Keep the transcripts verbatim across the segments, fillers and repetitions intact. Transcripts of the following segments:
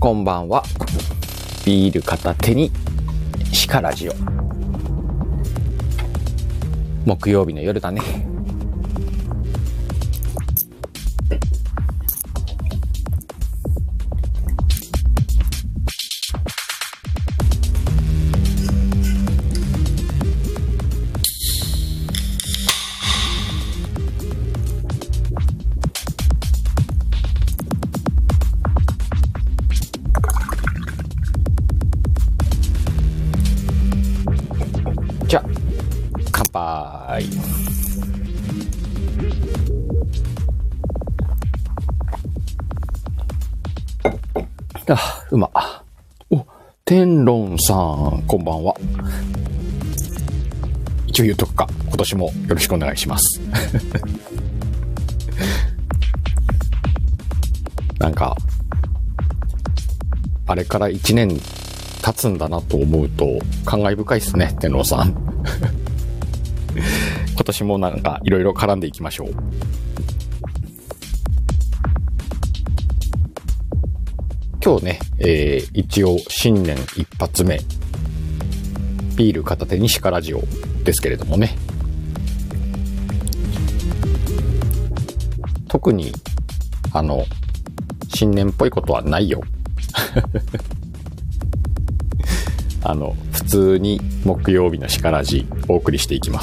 こんばんは。ビール片手にシカラジオ。木曜日の夜だね。じゃあ乾杯。あ、うま。お、天論さん、こんばんは。一応言うとくか、今年もよろしくお願いします。なんか、あれから一年経つんだなと思うと感慨深いですね、天皇さん。今年もなんかいろいろ絡んでいきましょう。今日ね、えー、一応新年一発目、ビール片手にシカラジオですけれどもね、特にあの新年っぽいことはないよ。あの普通に木曜日のシカラジお送りしていきます。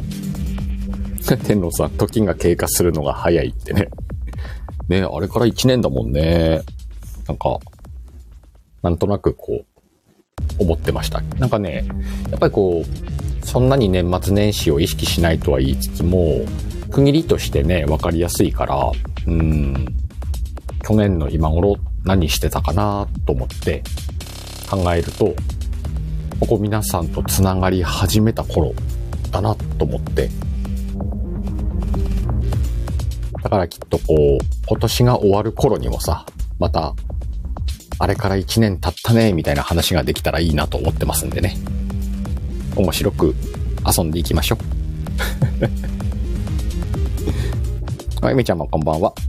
天皇さん、時が経過するのが早いってね。ね、あれからいちねんだもんね。なんかなんとなくこう思ってました。なんかね、やっぱりこうそんなに年末年始を意識しないとは言いつつも、区切りとしてね分かりやすいから、うーん、去年の今頃何してたかなと思って考えると、ここ皆さんとつながり始めた頃だなと思って、だからきっとこう今年が終わる頃にもさ、またあれからいちねん経ったねみたいな話ができたらいいなと思ってますんでね、面白く遊んでいきましょう。はい、みちゃんもこんばんは。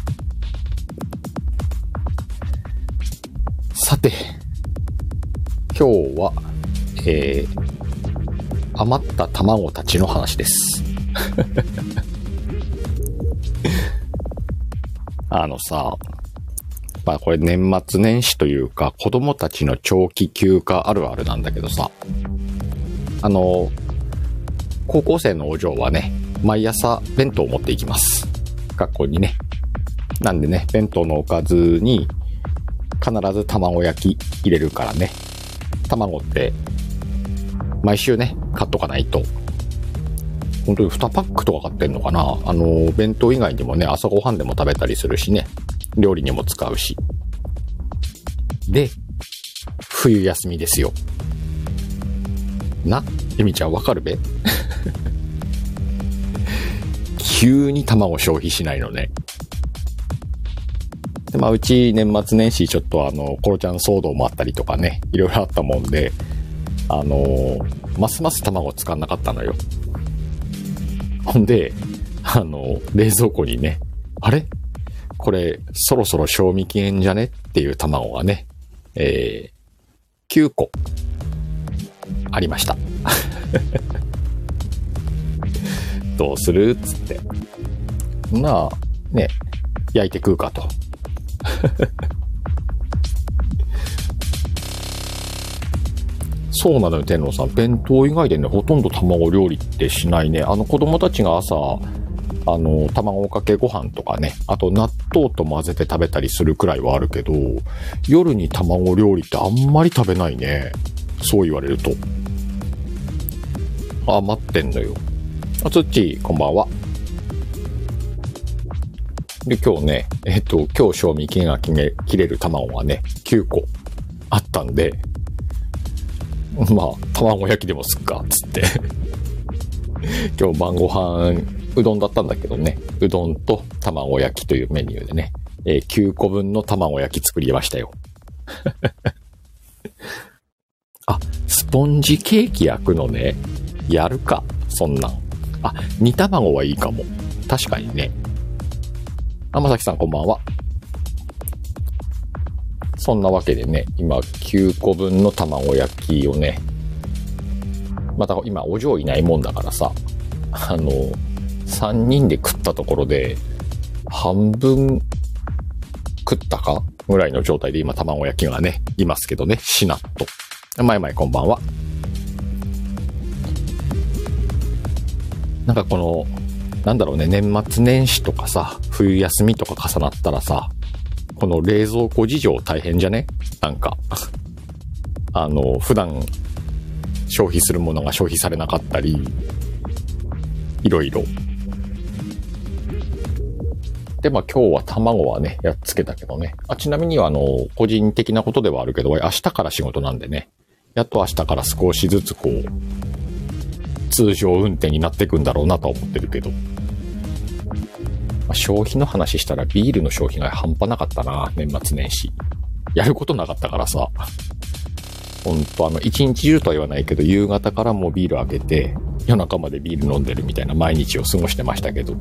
さて今日は、えー、余った卵たちの話です。あのさ、まあこれ年末年始というか子供たちの長期休暇あるあるなんだけどさ、あの高校生のお嬢はね、毎朝弁当を持っていきます、学校にね。なんでね、弁当のおかずに必ず卵焼き入れるからね、卵って毎週ね買っとかないと。本当ににパックとか買ってんのかな。あの弁当以外にもね、朝ごはんでも食べたりするしね、料理にも使うし。で冬休みですよな。えみちゃんわかるべ？急に卵消費しないのね。で、まあうち年末年始ちょっとあのコロちゃん騒動もあったりとかね、いろいろあったもんで、あのー、ますます卵使わなかったのよ。ほんで、あのー、冷蔵庫にね、あれこれそろそろ賞味期限じゃねっていう卵がね、えー、きゅうこありました。どうするっつって、まあね、焼いて食うかと。そうなのよ、天皇さん。弁当以外でね、ほとんど卵料理ってしないね。あの子供たちが朝、あの卵かけご飯とかね、あと納豆と混ぜて食べたりするくらいはあるけど、夜に卵料理ってあんまり食べないね。そう言われると。あ、待ってんのよ。あつっち、こんばんは。で、今日ね、えっと、今日賞味期限が切れ、切れる卵がね、きゅうこあったんで、まあ、卵焼きでもすっか、つって。今日晩ご飯、うどんだったんだけどね、うどんと卵焼きというメニューでね、えー、きゅうこぶんの卵焼き作りましたよ。あ、スポンジケーキ焼くのね。やるか、そんなん。あ、煮卵はいいかも。確かにね。あ、まさきさんこんばんは。 そんなわけでね、今きゅうこぶんの卵焼きをね、また今お嬢いないもんだからさ、あの、さんにんで食ったところで、半分食ったかぐらいの状態で今卵焼きがね、いますけどね、しなっと。まいまいこんばんは。なんかこの、なんだろうね、年末年始とかさ、冬休みとか重なったらさ、この冷蔵庫事情大変じゃね？なんか、あの、普段消費するものが消費されなかったり、いろいろ。で、まあ今日は卵はね、やっつけたけどね。あ、ちなみにはあの、個人的なことではあるけど、明日から仕事なんでね、やっと明日から少しずつこう、通常運転になっていくんだろうなとは思ってるけど。まあ、消費の話したらビールの消費が半端なかったな、年末年始。やることなかったからさ。ほんとあの、一日中とは言わないけど、夕方からもうビール開けて、夜中までビール飲んでるみたいな毎日を過ごしてましたけど。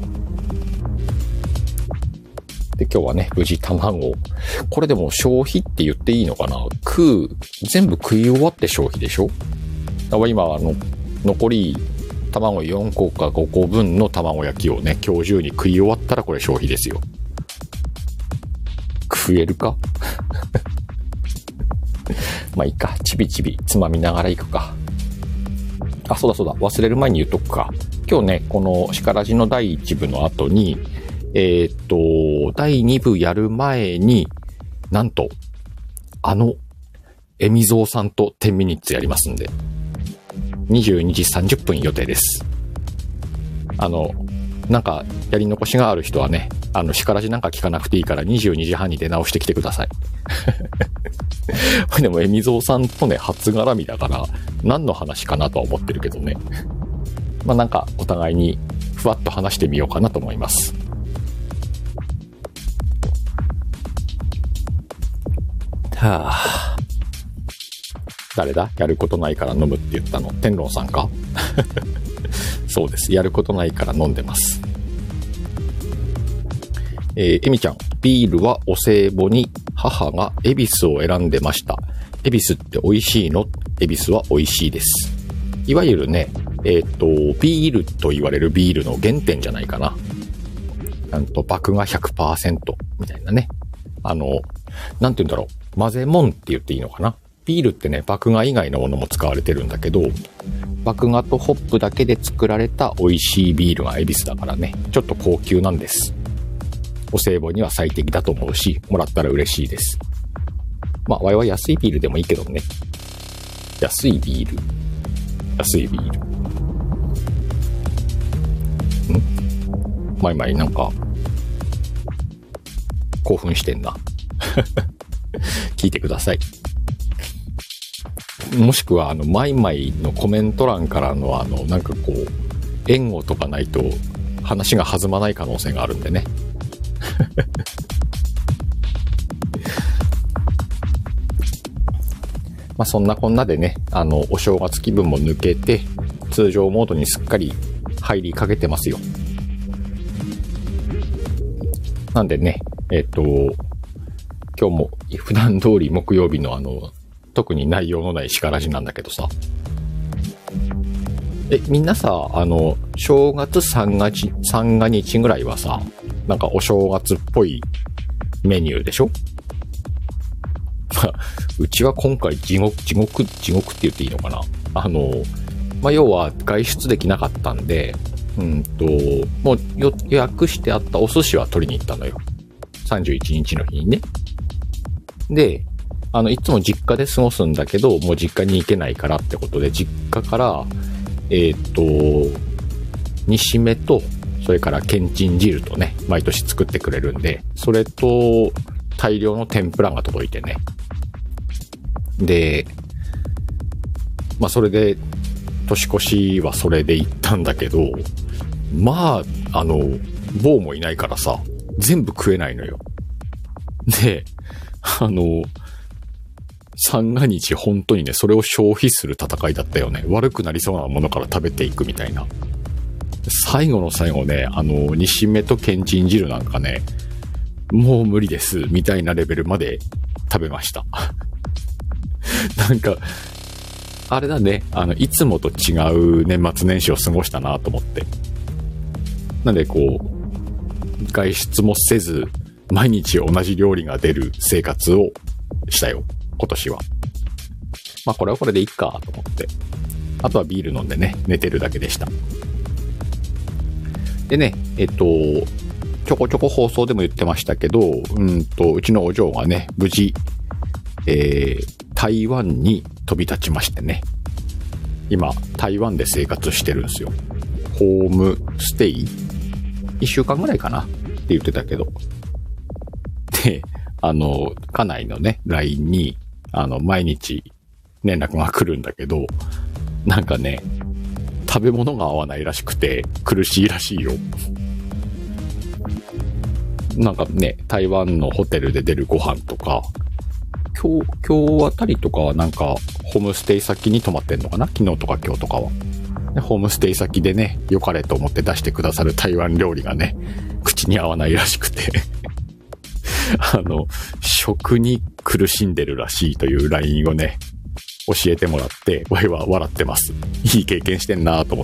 で、今日はね、無事卵。これでも消費って言っていいのかな？食う、全部食い終わって消費でしょ？だから今、あの、残り卵よんこかごこぶんの卵焼きをね、今日中に食い終わったらこれ消費ですよ。食えるかまあいいか、ちびちびつまみながらいくか。あ、そうだそうだ、忘れる前に言っとくか。今日ね、このシカラジのだいいちぶの後に、えー、っと、だいにぶやる前に、なんと、あの、エミゾーさんとじゅうミニッツやりますんで。にじゅうにじさんじゅっぷん予定です。あの、なんか、やり残しがある人はね、あの、しからじなんか聞かなくていいからにじゅうにじはんに出直してきてください。でも、エミゾーさんとね、初絡みだから、何の話かなとは思ってるけどね。まあ、なんか、お互いに、ふわっと話してみようかなと思います。はぁ。誰だ？やることないから飲むって言ったの。天論さんか？そうです。やることないから飲んでます。えー、エミちゃん。ビールはお歳暮に母がエビスを選んでました。エビスって美味しいの？エビスは美味しいです。いわゆるね、えっと、ビールと言われるビールの原点じゃないかな。なんと、麦芽 ひゃくパーセント みたいなね。あの、なんて言うんだろう。混ぜもんって言っていいのかな。ビールってね、麦芽以外のものも使われてるんだけど、麦芽とホップだけで作られた美味しいビールがエビスだからね、ちょっと高級なんです。お歳暮には最適だと思うし、もらったら嬉しいです。まあ、わいは安いビールでもいいけどね。安いビール。安いビール。ん？まいまいなんか、興奮してんな。聞いてください。もしくは、あの、マイマイのコメント欄からの、あの、なんかこう、援護とかないと、話が弾まない可能性があるんでね。まあ、そんなこんなでね、あの、お正月気分も抜けて、通常モードにすっかり入りかけてますよ。なんでね、えっと、今日も普段通り木曜日のあの、特に内容のないしからじなんだけどさ。え、みんなさ、あの、正月三が日、三が日ぐらいはさ、なんかお正月っぽいメニューでしょ？うちは今回地獄、地獄、地獄って言っていいのかな？あの、まあ、要は外出できなかったんで、うんと、もう予約してあったお寿司は取りに行ったのよ。さんじゅういちにちの日にね。で、あの、いつも実家で過ごすんだけど、もう実家に行けないからってことで、実家から、えっと、煮しめと、それからけんちん汁とね、毎年作ってくれるんで、それと大量の天ぷらが届いてね。で、まあそれで、年越しはそれで行ったんだけど、まあ、あの、坊もいないからさ、全部食えないのよ。で、あの、三が日本当にね、それを消費する戦いだったよね。悪くなりそうなものから食べていくみたいな。最後の最後ね、あの、煮しめとけんちん汁なんかね、もう無理です、みたいなレベルまで食べました。なんか、あれだね、あの、いつもと違う年末年始を過ごしたなと思って。なんでこう、外出もせず、毎日同じ料理が出る生活をしたよ、今年は。まあこれはこれでいいかと思って。あとはビール飲んでね、寝てるだけでした。でね、えっと、ちょこちょこ放送でも言ってましたけど、うんと、うちのお嬢がね、無事、えー、台湾に飛び立ちましてね。今、台湾で生活してるんですよ。ホームステイいっしゅうかんぐらいかなって言ってたけど。で、あの、家内のね、ライン に、あの、毎日連絡が来るんだけど、なんかね、食べ物が合わないらしくて苦しいらしいよ。なんかね、台湾のホテルで出るご飯とか、今日、今日あたりとかはなんか、ホームステイ先に泊まってんのかな？昨日とか今日とかは。でホームステイ先でね、良かれと思って出してくださる台湾料理がね、口に合わないらしくて。あの、食に苦しんでるらしいという ライン をね、教えてもらって、わいは笑ってます。いい経験してんなと思って。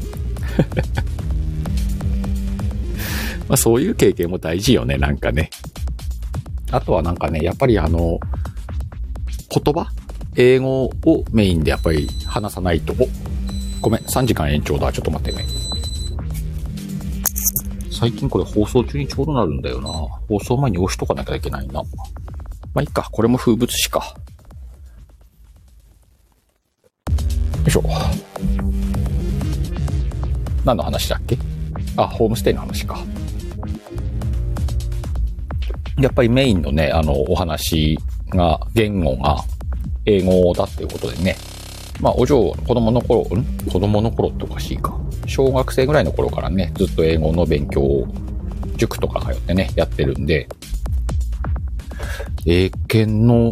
まあそういう経験も大事よね、なんかね。あとはなんかね、やっぱりあの、言葉英語をメインでやっぱり話さないと、お、ごめん、さんじかん延長だ。ちょっと待ってね。最近これ放送中にちょうどなるんだよな。放送前に押しとかなきゃいけないな。まあいいか、これも風物詩か。よいしょ。何の話だっけ？あ、ホームステイの話か。やっぱりメインのね、あの、お話が、言語が英語だっていうことでね。まあ、お嬢、子供の頃、ん子供の頃っておかしいか。小学生ぐらいの頃からね、ずっと英語の勉強を、塾とか通ってね、やってるんで、英検の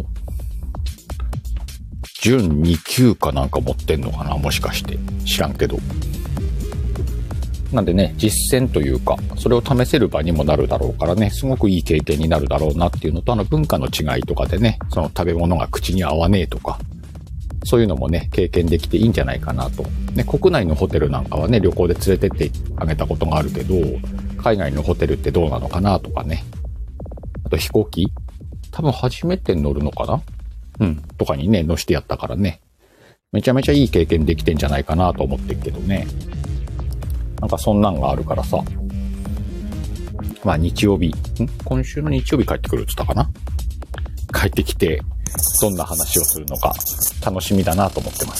準に級かなんか持ってんのかな、もしかして。知らんけど。なんでね、実践というか、それを試せる場にもなるだろうからね、すごくいい経験になるだろうなっていうのと、あの文化の違いとかでね、その食べ物が口に合わねえとか、そういうのもね、経験できていいんじゃないかなと。ね、国内のホテルなんかはね、旅行で連れてってあげたことがあるけど、海外のホテルってどうなのかなとかね。あと飛行機多分初めて乗るのかなうん。とかにね、乗してやったからね。めちゃめちゃいい経験できてんじゃないかなと思ってるけどね。なんかそんなんがあるからさ。まあ日曜日、ん今週の日曜日帰ってくるって言ったかな帰ってきて、どんな話をするのか楽しみだなと思ってます。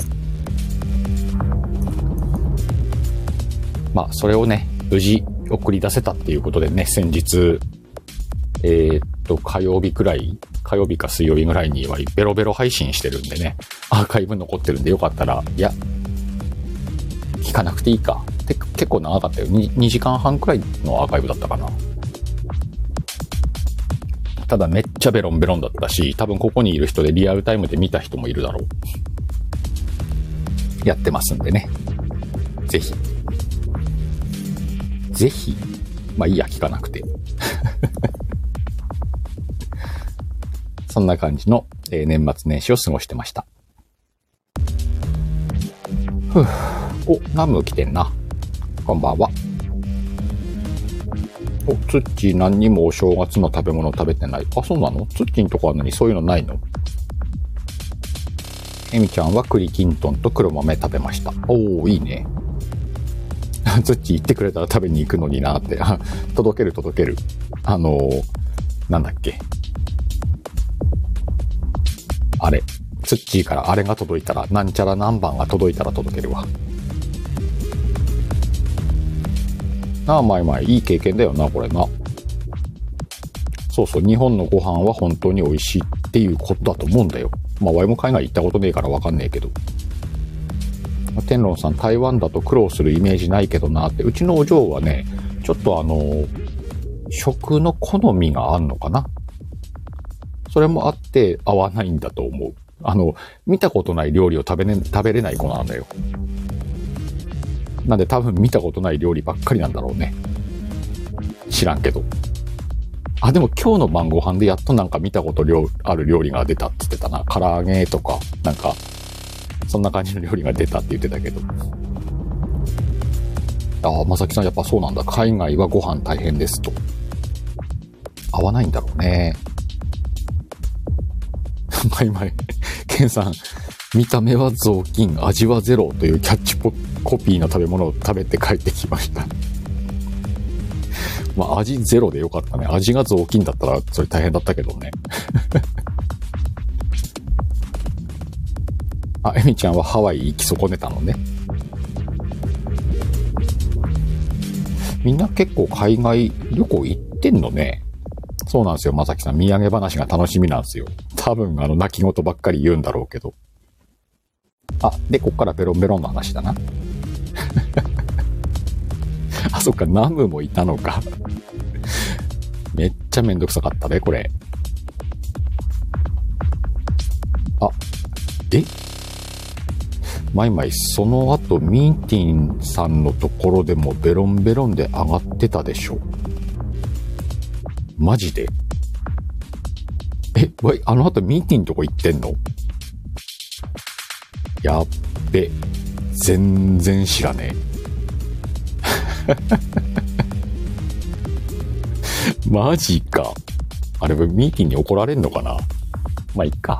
まあそれをね、無事送り出せたっていうことでね、先日、えー、っと、火曜日くらい、火曜日か水曜日ぐらいにはベロベロ配信してるんでね、アーカイブ残ってるんでよかったら、いや、聞かなくていいか。て結構長かったよ。に, にじかんはんくらいのアーカイブだったかな。ただめっちゃベロンベロンだったし、多分ここにいる人でリアルタイムで見た人もいるだろう。やってますんでね。ぜひ。ぜひ。まあいいや、聞かなくて。そんな感じの、えー、年末年始を過ごしてました。ふぅ。お、ナム来てんな。こんばんは。お、ツッチー何にもお正月の食べ物食べてない。あ、そうなの？ツッチーのとこあるのにそういうのないの？エミちゃんは栗きんとんと黒豆食べました。おー、いいね。ツッチー言ってくれたら食べに行くのになって。届ける届ける。あのー、なんだっけ。あれ。ツッチーからあれが届いたら、なんちゃら何番が届いたら届けるわ。なあ、まいまい、いい経験だよな、これな。そうそう、日本のご飯は本当に美味しいっていうことだと思うんだよ。まあ、ワイも海外行ったことねえからわかんねえけど。天論さん、台湾だと苦労するイメージないけどなって。うちのお嬢はね、ちょっとあの、食の好みがあんのかな。それもあって合わないんだと思う。あの、見たことない料理を食べね、食べれない子なんだよ。なんで多分見たことない料理ばっかりなんだろうね。知らんけど。 あ、でも今日の晩ご飯でやっとなんか見たこと料ある料理が出たって言ってたな。唐揚げとか、なんか、そんな感じの料理が出たって言ってたけど。ああ、まさきさんやっぱそうなんだ。海外はご飯大変ですと。合わないんだろうね。まいまい。ケンさん、見た目は雑巾、味はゼロというキャッチコピーの食べ物を食べて帰ってきました。まあ味ゼロでよかったね。味が雑巾だったらそれ大変だったけどね。あ、エミちゃんはハワイ行き損ねたのね。みんな結構海外旅行行ってんのね。そうなんですよ、まさきさん。土産話が楽しみなんですよ。多分あの泣き言ばっかり言うんだろうけど。あ、で、こっからベロンベロンの話だな。あ、そっか、ナムもいたのか。めっちゃめんどくさかったね、これ。あ、えマイマイ、その後、ミーティンさんのところでもベロンベロンで上がってたでしょ。マジで？え、わい、あの後ミーティンとこ行ってんの？やっべ。全然知らねえ。マジか。あれ、ミーティンに怒られんのかな？まあ、いっか。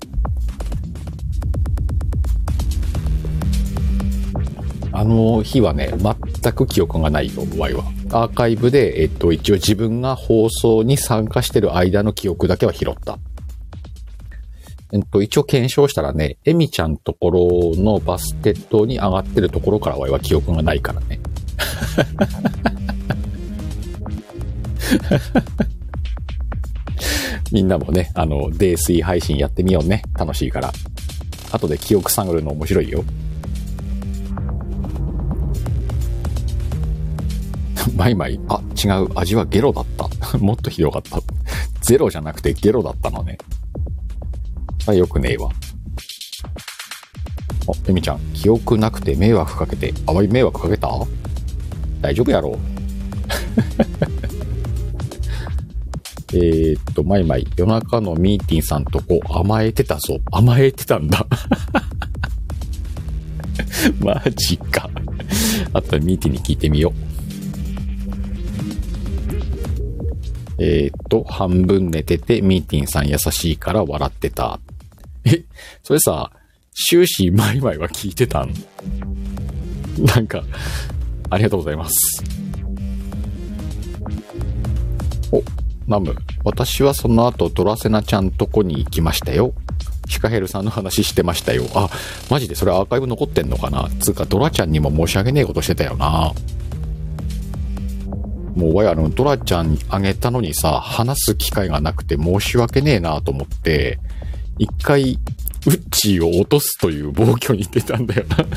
あの日はね、全く記憶がないよ、ワイは。アーカイブで、えっと、一応自分が放送に参加してる間の記憶だけは拾った。えっと、一応検証したらね、エミちゃんところのバスケットに上がってるところからワイは記憶がないからね。みんなもね、あの、泥酔配信やってみようね。楽しいから。後で記憶探るの面白いよ。マイマイ、あ、違う、味はゲロだった。もっとひどかった。ゼロじゃなくてゲロだったのね。あ、よくねえわ。あ、エミちゃん、記憶なくて迷惑かけて、あまり迷惑かけた？大丈夫やろ。えーっと、マイマイ、夜中のミーティンさんとこ甘えてたぞ。甘えてたんだ。マジか。あとはミーティンに聞いてみよう。えー、っと、半分寝てて、ミーティンさん優しいから笑ってた。え、それさ、終始マイマイは聞いてたん？なんか、ありがとうございます。お、ナム、私はその後ドラセナちゃんとこに行きましたよ。シカヘルさんの話してましたよ。あ、マジでそれアーカイブ残ってんのかな？つうか、ドラちゃんにも申し訳ねえことしてたよな。もうわや、あの、ドラちゃんにあげたのにさ、話す機会がなくて申し訳ねえなと思って、一回、ウッチーを落とすという暴挙に出たんだよな。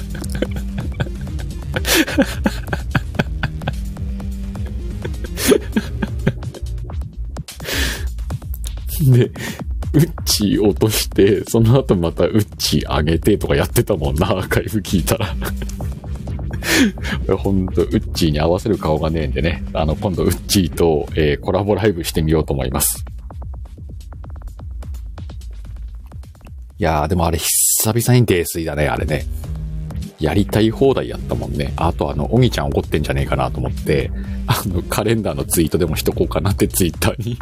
で、ウッチー落として、その後またウッチー上げてとかやってたもんな、アーカイブ聞いたら。ほんと、ウッチーに合わせる顔がねえんでね、あの、今度ウッチーと、えー、コラボライブしてみようと思います。いやー、でもあれ、久々に泥酔だね、あれね。やりたい放題やったもんね。あと、あの、おぎちゃん怒ってんじゃねえかなと思って、あの、カレンダーのツイートでもしとこうかなってツイッターに。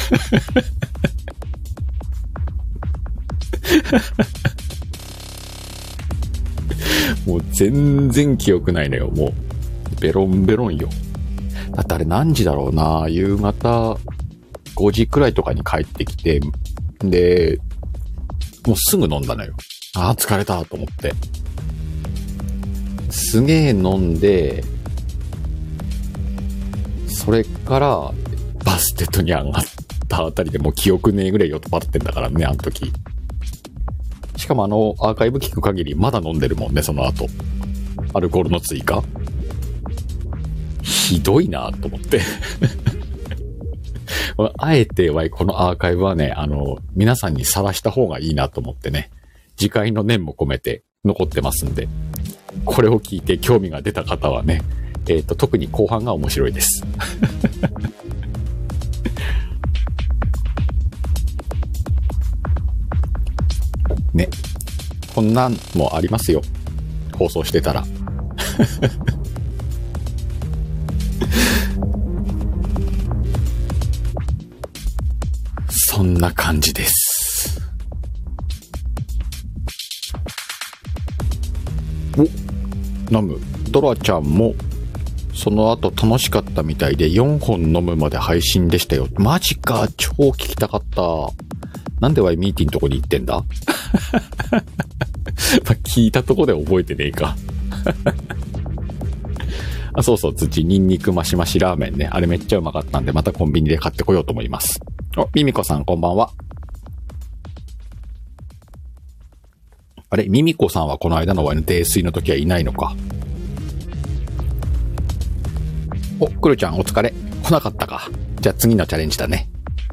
もう全然記憶ないのよ、もう。ベロンベロンよ。だってあれ何時だろうな、夕方ごじくらいとかに帰ってきて、で、もうすぐ飲んだのよ。ああ、疲れたと思って。すげえ飲んで、それからバステットに上がったあたりでもう記憶ねえぐらい酔っ払ってんだからね、あの時。しかもあのアーカイブ聞く限りまだ飲んでるもんね、その後。アルコールの追加。ひどいなと思って。あえてはこのアーカイブはね、あの、皆さんにさらした方がいいなと思ってね、次回の念も込めて残ってますんで、これを聞いて興味が出た方はね、えっと、特に後半が面白いです。 ね。こんなんもありますよ。放送してたら。そんな感じです。お、ナム、ドラちゃんもその後楽しかったみたいでよんほん飲むまで配信でしたよ。マジか、超聞きたかった。なんでワイミーティンとこに行ってんだ？まあ、聞いたとこで覚えてねえか。あ、そうそう、土ニンニクマシマシラーメンね。あれめっちゃうまかったんで、またコンビニで買ってこようと思います。お、ミミコさんこんばんは。あれ、ミミコさんはこの間のワイの泥酔の時はいないのか。お、クルちゃんお疲れ。来なかったか。じゃあ次のチャレンジだね。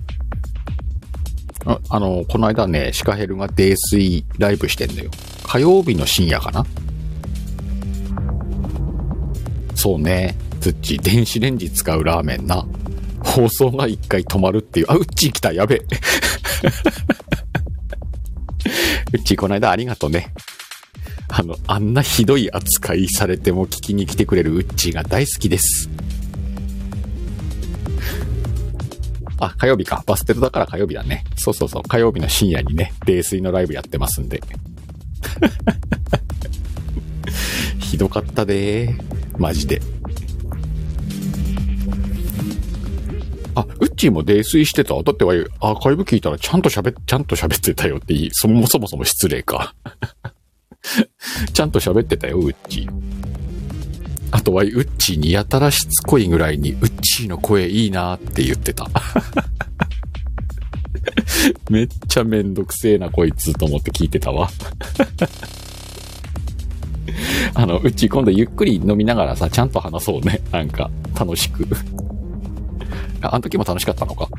あ、あの、この間ね、シカヘルが泥酔ライブしてんだよ。火曜日の深夜かな。そうね。ズッチ、電子レンジ使うラーメンな。放送が一回止まるっていう。あ、うっちー来た。やべ。うっちーこの間ありがとね。あの、あんなひどい扱いされても聞きに来てくれるうっちーが大好きです。あ、火曜日か。バステルだから火曜日だね。そうそうそう。火曜日の深夜にね、泥酔のライブやってますんで。ひどかったでー。マジで。あ、ウッチーも泥酔してた。だってわい、アーカイブ聞いたらちゃんと喋っ、ちゃんと喋ってたよっていい。そもそもそも失礼か。ちゃんと喋ってたよ、ウッチー。あとは、ウッチーにやたらしつこいぐらいに、ウッチーの声いいなーって言ってた。めっちゃめんどくせえな、こいつと思って聞いてたわ。あの、ウッチー今度ゆっくり飲みながらさ、ちゃんと話そうね。なんか、楽しく。あ、あの時も楽しかったのか。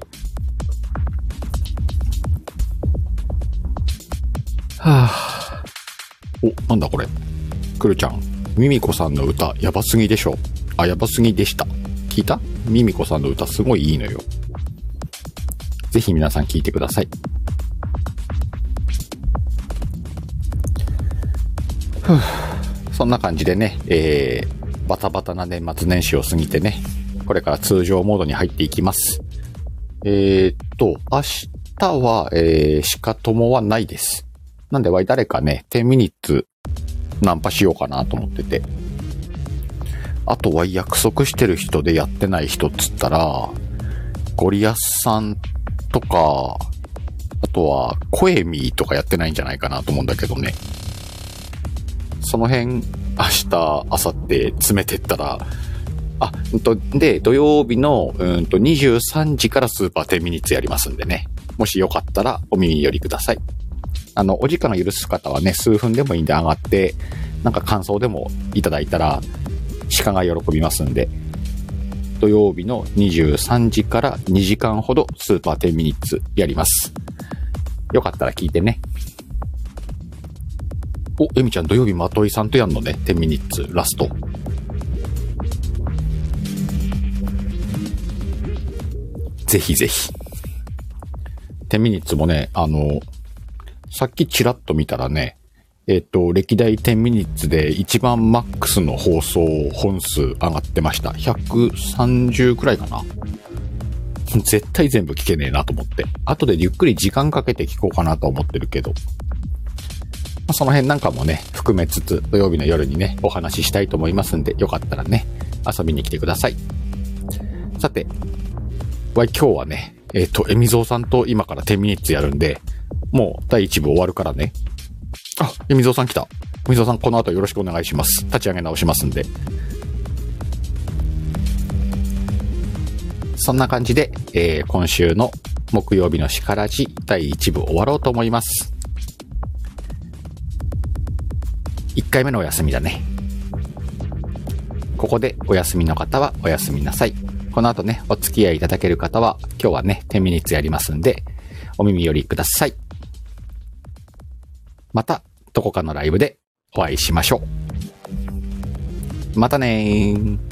はぁ。お、なんだこれ。くるちゃん。ミミコさんの歌、やばすぎでしょ。あ、やばすぎでした。聞いた？ミミコさんの歌すごいいいのよ。ぜひ皆さん聞いてください。ふぅ。そんな感じでね、えー、バタバタな年末年始を過ぎてね、これから通常モードに入っていきます。えーっと、明日は、えー、しかともはないです。なんで、わい誰かね、じゅうミニッツナンパしようかなと思ってて。あとは約束してる人でやってない人っつったら、ゴリアスさんとか、あとはコエミーとかやってないんじゃないかなと思うんだけどね。その辺、明日、明後日詰めてったら、あ、うんと、で、土曜日の、うんと、にじゅうさんじからスーパーじゅうミニッツやりますんでね。もしよかったらお耳寄りください。あの、お時間が許す方はね、数分でもいいんで上がって、なんか感想でもいただいたら、鹿が喜びますんで、土曜日のにじゅうさんじからにじかんほどスーパーじゅうミニッツやります。よかったら聞いてね。お、エミちゃん土曜日まといさんとやんのね、じゅうミニッツラスト。ぜひぜひ。じゅうミニッツもね、あの、さっきチラッと見たらね、えっと、歴代じゅうミニッツで一番マックスの放送本数上がってました。ひゃくさんじゅうくらいかな。絶対全部聞けねえなと思って。後でゆっくり時間かけて聞こうかなと思ってるけど。まあ、その辺なんかもね、含めつつ土曜日の夜にね、お話ししたいと思いますんで、よかったらね、遊びに来てください。さて、わい今日はね、えっと、エミゾーさんと今からじゅうミニッツやるんで、もうだいいち部終わるからね。あ、エミゾーさん来た。エミゾーさんこの後よろしくお願いします。立ち上げ直しますんで。そんな感じで、えー、今週の木曜日のしからじだいいち部終わろうと思います。いっかいめのお休みだね。ここでお休みの方はお休みなさい。この後ね、お付き合いいただける方は今日はね、じゅうミニッツやりますんで、お耳寄りください。またどこかのライブでお会いしましょう。またねー。